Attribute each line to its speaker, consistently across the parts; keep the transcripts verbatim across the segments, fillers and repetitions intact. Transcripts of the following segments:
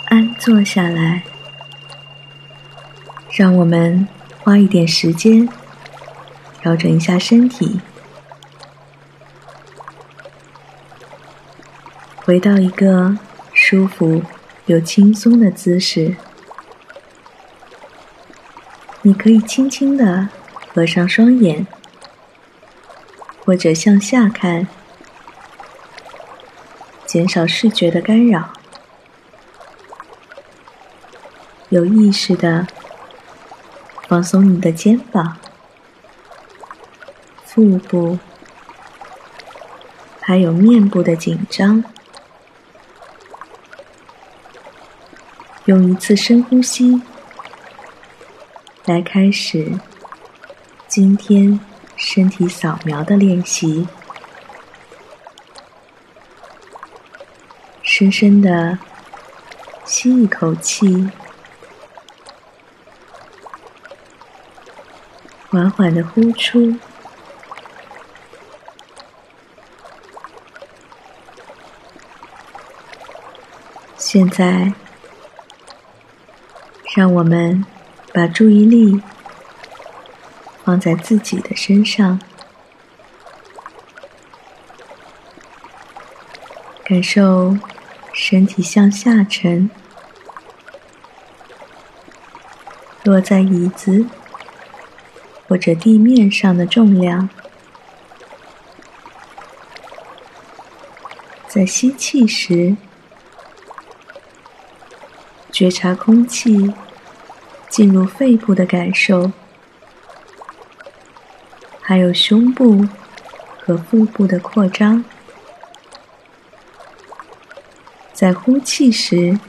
Speaker 1: 安坐下来，让我们花一点时间调整一下身体，回到一个舒服又轻松的姿势。你可以轻轻地合上双眼，或者向下看，减少视觉的干扰。有意识地放松你的肩膀、腹部，还有面部的紧张。用一次深呼吸来开始今天身体扫描的练习。深深地吸一口气，缓缓地呼出。现在，让我们把注意力放在自己的身上，感受身体向下沉，落在椅子或者地面上的重量。在吸气时，觉察空气进入肺部的感受，还有胸部和腹部的扩张。在呼气时，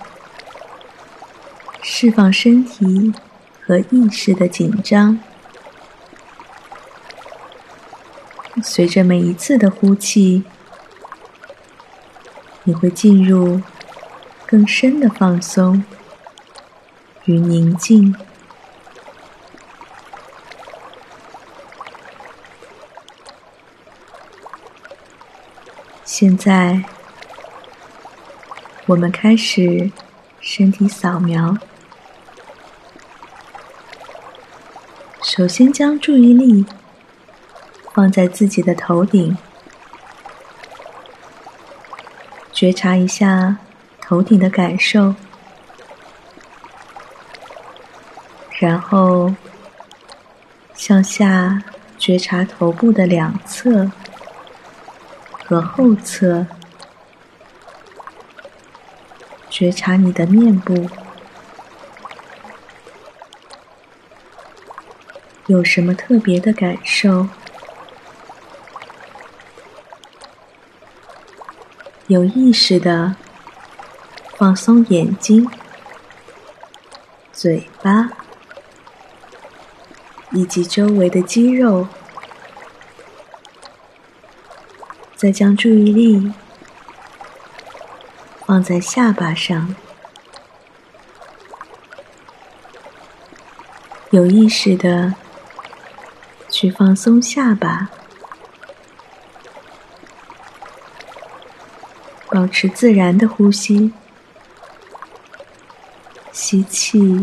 Speaker 1: 释放身体和意识的紧张。随着每一次的呼气，你会进入更深的放松与宁静。现在，我们开始身体扫描。首先将注意力放在自己的头顶，觉察一下头顶的感受，然后向下觉察头部的两侧和后侧，觉察你的面部，有什么特别的感受？有意识地放松眼睛、嘴巴以及周围的肌肉，再将注意力放在下巴上，有意识地去放松下巴，保持自然的呼吸，吸气，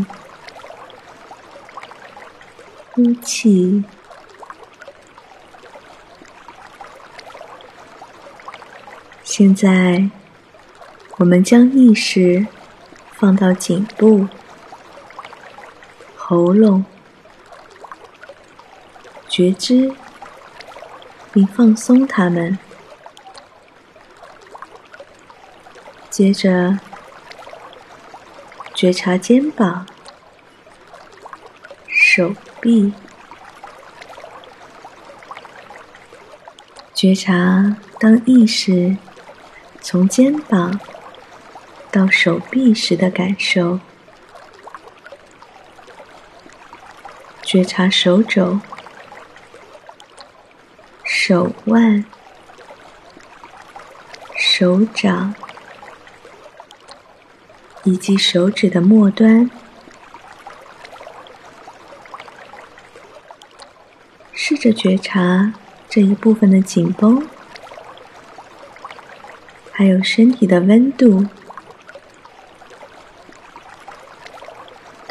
Speaker 1: 呼气。现在，我们将意识放到颈部、喉咙，觉知并放松它们。接着，觉察肩膀、手臂，觉察当意识从肩膀到手臂时的感受，觉察手肘、手腕、手掌以及手指的末端，试着觉察这一部分的紧绷，还有身体的温度，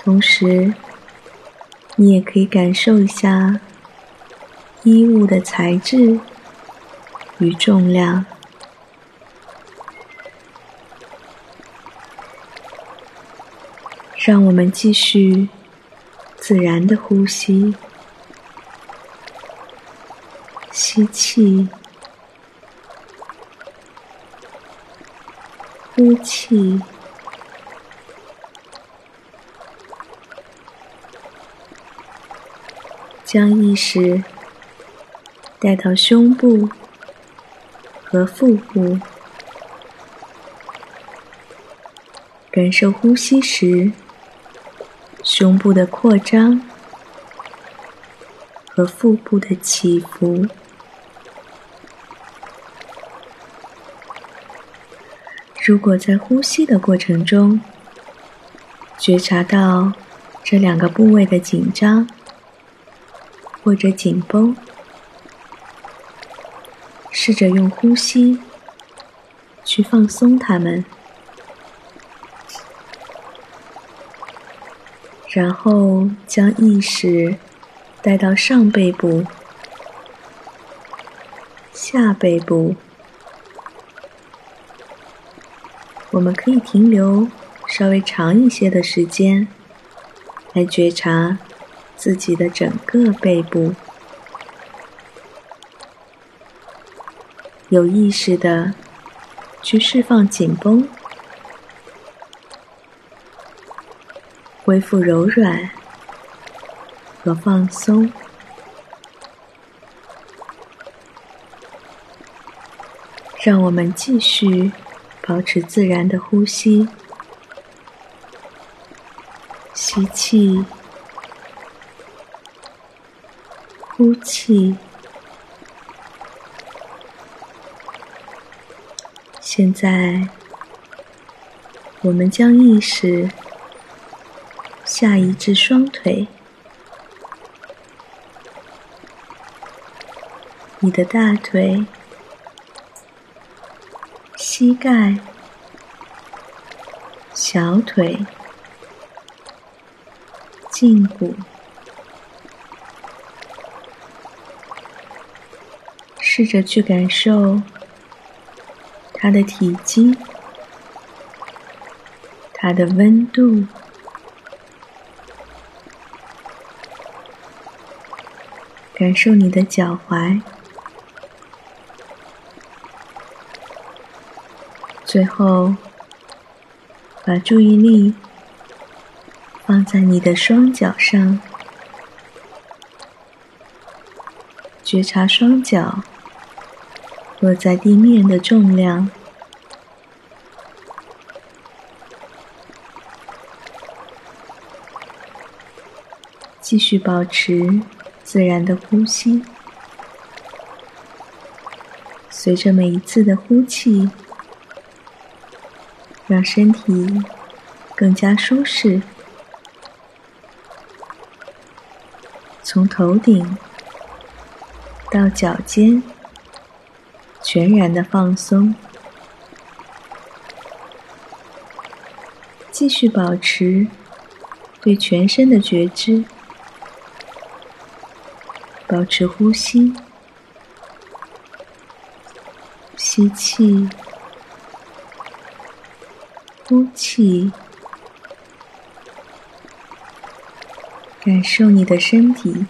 Speaker 1: 同时，你也可以感受一下衣物的材质与重量。让我们继续自然的呼吸，吸气，呼气，将意识带到胸部和腹部，感受呼吸时胸部的扩张和腹部的起伏。如果在呼吸的过程中觉察到这两个部位的紧张或者紧绷，试着用呼吸去放松它们，然后将意识带到上背部、下背部。我们可以停留稍微长一些的时间，来觉察自己的整个背部，有意识地去释放紧绷，恢复柔软和放松。让我们继续保持自然的呼吸，吸气，呼气。现在，我们将意识下移至双腿，你的大腿、膝盖、小腿、胫骨，试着去感受它的体积、它的温度，感受你的脚踝。最后，把注意力放在你的双脚上，觉察双脚落在地面的重量，继续保持自然的呼吸。随着每一次的呼气，让身体更加舒适，从头顶到脚尖全然的放松，继续保持对全身的觉知，保持呼吸，吸气，呼气，感受你的身体。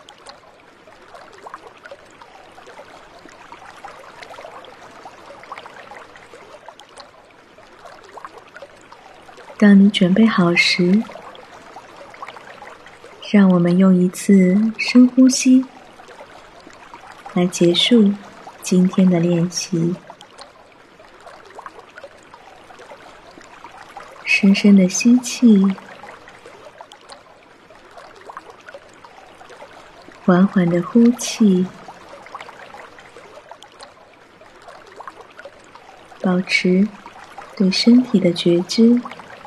Speaker 1: 当你准备好时，让我们用一次深呼吸来结束今天的练习。深深的吸气，缓缓的呼气，保持对身体的觉知。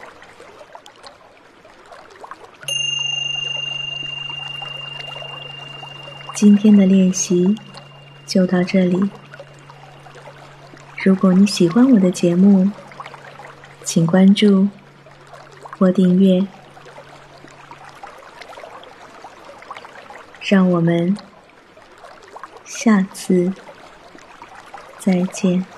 Speaker 1: 今天的练习就到这里。如果你喜欢我的节目，请关注或订阅。 让我们下次再见。